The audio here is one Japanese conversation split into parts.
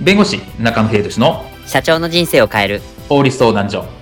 弁護士中野秀俊の社長の人生を変える法律相談所。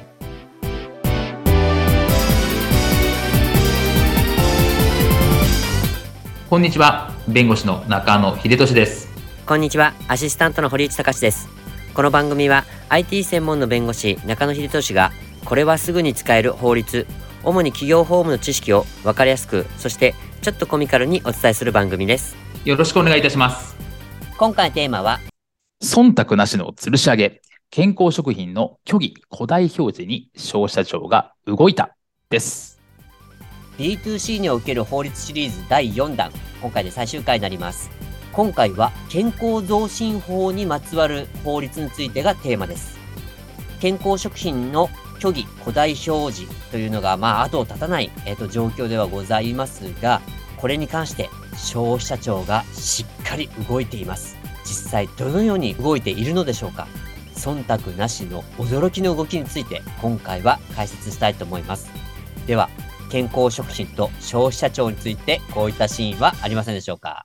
こんにちは、弁護士の中野秀俊です。 こんにちは、アシスタントの堀内隆です。この番組は IT 専門の弁護士中野秀俊がこれはすぐに使える法律、主に企業法務の知識を分かりやすく、そしてちょっとコミカルにお伝えする番組です。 よろしくお願いいたします。 今回のテーマは忖度なしの吊るし上げ、健康食品の虚偽誇大表示に消費者庁が動いたです。 B2C における法律シリーズ第4弾、今回で最終回になります。今回は健康増進法にまつわる法律についてがテーマです。健康食品の虚偽誇大表示というのが後を絶たない、状況ではございますが、これに関して消費者庁がしっかり動いています。実際どのように動いているのでしょうか。忖度なしの驚きの動きについて今回は解説したいと思います。では、健康食品と消費者庁についてこういったシーンはありませんでしょうか。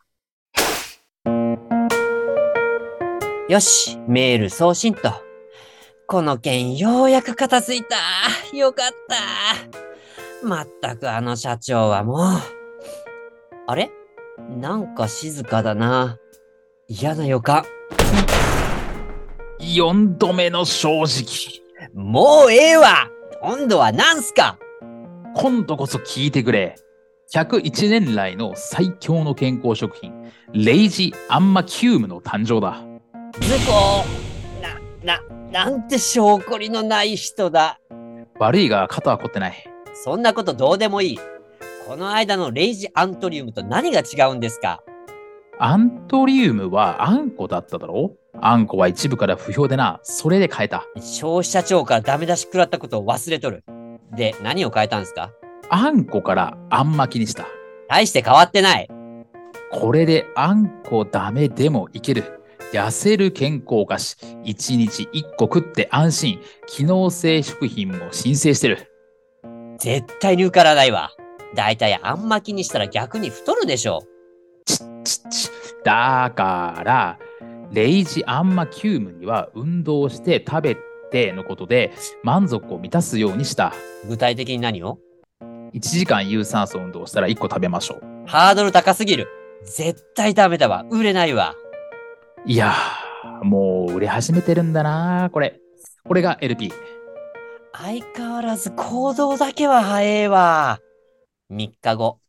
よし、メール送信と。この件ようやく片付いた。よかった。まったくあの社長はもう。あれ？なんか静かだな。嫌な予感。 4度目の正直。 もうええわ。今度は何すか？ 今度こそ聞いてくれ。101年来の最強の健康食品、レイジアンマキュームの誕生だ。 ズコなんて証拠りのない人だ。 悪いが肩は凝ってない。 そんなことどうでもいい。この間のレイジアントリウムと何が違うんですか？ アントリウムはあんこだっただろ。あんこは一部から不評でな、それで変えた。 消費者庁からダメ出し食らったことを忘れとる。で、何を変えたんですか？ あんこからあん巻きにした。 大して変わってない。 これであんこダメでもいける。痩せる健康菓子、1日1個食って安心。機能性食品も申請してる。 絶対に受からないわ。だいたいあん巻きにしたら逆に太るでしょ。 だからレイジアンマキュームには運動して食べてのことで満足を満たすようにした。 具体的に何を ？1時間有酸素運動したら1個食べましょう。 ハードル高すぎる。絶対ダメだわ。売れないわ。 いやー、もう売れ始めてるんだな。これが LP。 相変わらず行動だけは早えわ。3日後。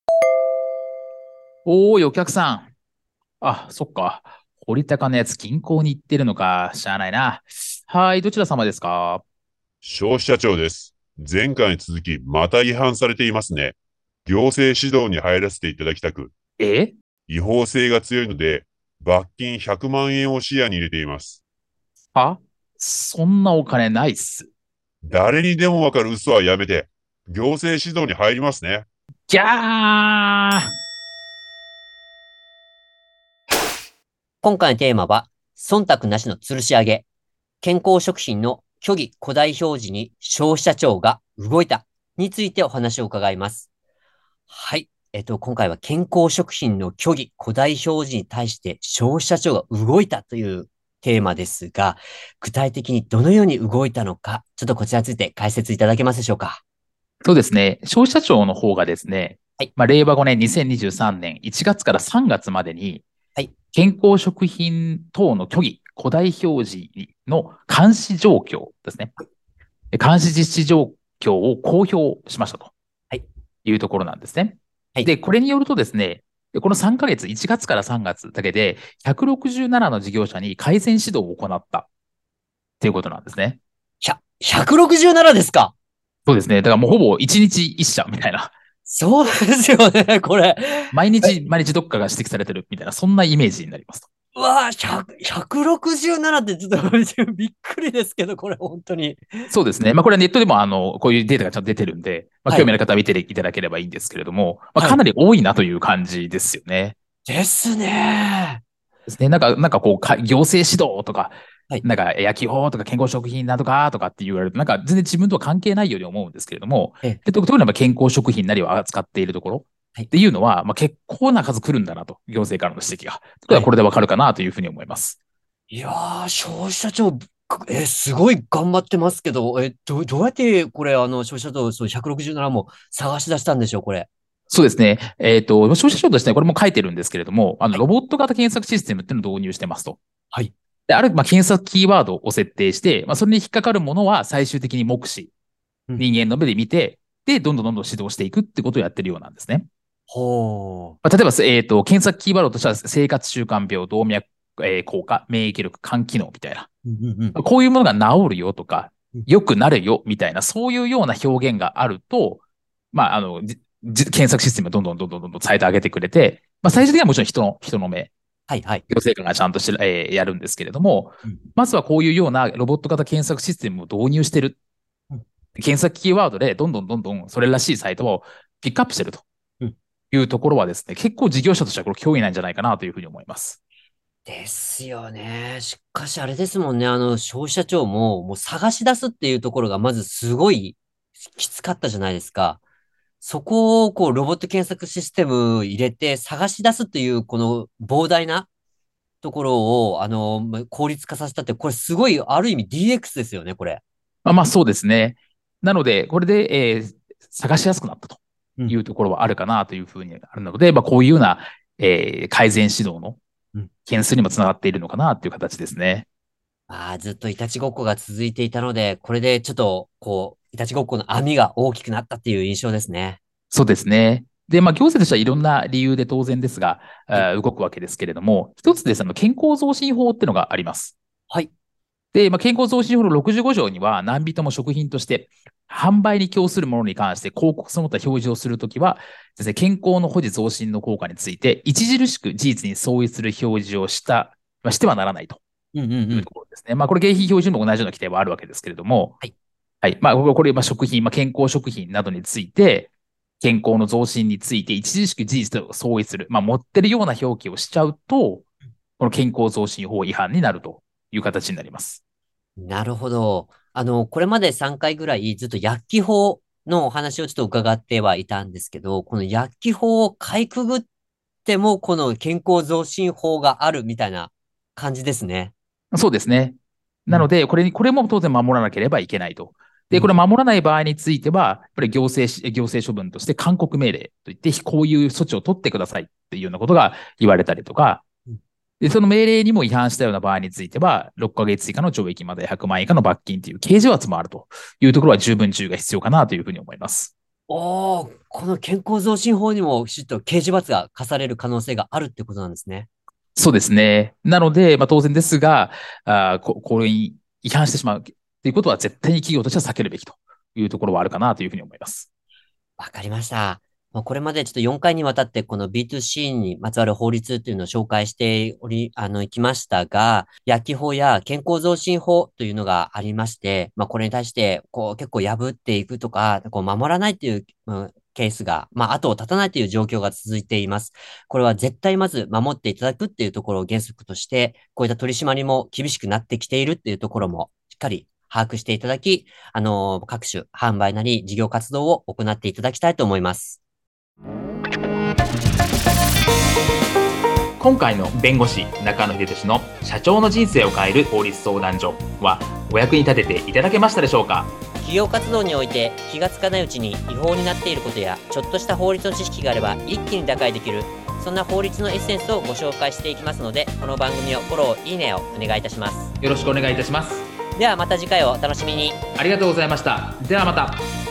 おーい、お客さん。あ、そっか。堀高のやつ銀行に行ってるのか。しゃあないな。はい、どちら様ですか？ 消費者庁です。前回に続き、また違反されていますね。行政指導に入らせていただきたく、 え？ 違法性が強いので、罰金100万円を視野に入れています。 そんなお金ないっす。 誰にでもわかる嘘はやめて、行政指導に入りますね。 ギャー！ 今回のテーマは、忖度なしの吊るし上げ。健康食品の虚偽誇大表示に消費者庁が動いたについてお話を伺います。はい。今回は健康食品の虚偽誇大表示に対して消費者庁が動いたというテーマですが、具体的にどのように動いたのか、ちょっとこちらについて解説いただけますでしょうか。 そうですね。消費者庁の方がですね、 はい。 令和5年2023年1月から3月までに、 はい。 健康食品等の虚偽誇大表示の監視状況ですね。監視実施状況を公表しましたというところなんですね。はい、で、これによるとですね、この3ヶ月、1月から3月だけで167の事業者に改善指導を行ったということなんですね。 167ですか？ そうですね。だからもうほぼ1日1社みたいな。 そうですよね、これ。 毎日どっかが指摘されてるみたいな、そんなイメージになりますと。 うわぁ、167ってちょっとびっくりですけど、これ本当に。 そうですね。これはネットでもこういうデータがちゃんと出てるんで、興味ある方は見ていただければいいんですけれども、かなり多いなという感じですよね。 ですね。 ですね。なんかこう、行政指導とか、なんか焼き法とか健康食品などかとかって言われると、なんか全然自分とは関係ないように思うんですけれども、特に健康食品なりを扱っているところっていうのは、結構な数来るんだなと、行政からの指摘が。これでわかるかなというふうに思います。 いやー、消費者庁、すごい頑張ってますけど、どうやってこれ、消費者庁、そう167も探し出したんでしょう、これ。 そうですね。消費者庁としてはこれも書いてるんですけれども、 はい。 ロボット型検索システムっていうのを導入してますと。 はい。 で、ある、検索キーワードを設定して、それに引っかかるものは最終的に目視、 うん。 人間の目で見て、で、どんどんどんどん指導していくってことをやってるようなんですね。 ほ例えば、検索キーワードとしては、生活習慣病、動脈、硬化、免疫力、肝機能みたいな。 う。うんうんうん。 こういうものが治るよとか、 うん。 良くなるよみたいな、そういうような表現があると、検索システムがどんどんどんどんどんどん伝えてあげてくれて、最終的にはもちろん人の目、 はいはい。 行政官がちゃんとして、やるんですけれども、 うん。 まずはこういうようなロボット型検索システムを導入している。 うん。 検索キーワードでどんどんどんどんそれらしいサイトをピックアップしているとうん。 いうところはですね、結構事業者としてはこれ脅威なんじゃないかなというふうに思います。 ですよね。しかしあれですもんね。消費者庁もう探し出すっていうところがまずすごいきつかったじゃないですか。そこをこうロボット検索システム入れて探し出すっていうこの膨大なところを効率化させたって、これすごいある意味 DX ですよね、これ。 そうですね。なので、これで、探しやすくなったとうん。 いうところはあるかなというふうにあるので、こういうような、改善指導のうん。 件数にもつながっているのかなという形ですね。 ずっといたちごっこが続いていたので、これでちょっと、こう、いたちごっこの網が大きくなったっていう印象ですね。 そうですね。で、行政としてはいろんな理由で当然ですが、 はい。 動くわけですけれども、一つです、健康増進法っていうのがあります。 はい。 で、健康増進法の65条には、何人も食品として、販売に供するものに関して広告その他表示をするときは、ですね、健康の保持増進の効果について、著しく事実に相違する表示をしてはならないとうんうんうん。 いうところですね。これ、景品表示にも同じような規定はあるわけですけれども、 はい。 はい。これ、食品、健康食品などについて、健康の増進について著しく事実と相違する、持ってるような表記をしちゃうと、この健康増進法違反になるという形になります。 なるほど。これまで3回ぐらいずっと薬機法のお話をちょっと伺ってはいたんですけど、この薬機法をかいくぐっても、この健康増進法があるみたいな感じですね。 そうですね。 うん。 なので、これも当然守らなければいけないと。で、こうん。 れ守らない場合については、やっぱり行政処分として勧告命令といって、こういう措置を取ってくださいっていうようなことが言われたりとか、 うん。 で、その命令にも違反したような場合については、6ヶ月以下の懲役まで100万円以下の罰金という刑事罰もあるというところは十分注意が必要かなというふうに思います。 この健康増進法にもきちっと刑事罰が課される可能性があるってことなんですね。 そうですね。なので、当然ですが、これに違反してしまうということは絶対に企業としては避けるべきというところはあるかなというふうに思います。 わかりました。これまでちょっと4回にわたってこの B2C にまつわる法律っていうのを紹介していきましたが、薬機法や健康増進法というのがありまして、これに対して、こう結構破っていくとか、こう守らないっていう、ケースが、後を絶たないという状況が続いています。これは絶対まず守っていただくっていうところを原則として、こういった取り締まりも厳しくなってきているっていうところもしっかり把握していただき、各種販売なり事業活動を行っていただきたいと思います。 今回の弁護士中野秀俊の社長の人生を変える法律相談所はお役に立てていただけましたでしょうか。 企業活動において気がつかないうちに違法になっていることや、ちょっとした法律の知識があれば一気に打開できる、そんな法律のエッセンスをご紹介していきますので、この番組をフォロー、いいねをお願いいたします。 よろしくお願いいたします。 ではまた次回をお楽しみに。 ありがとうございました。ではまた。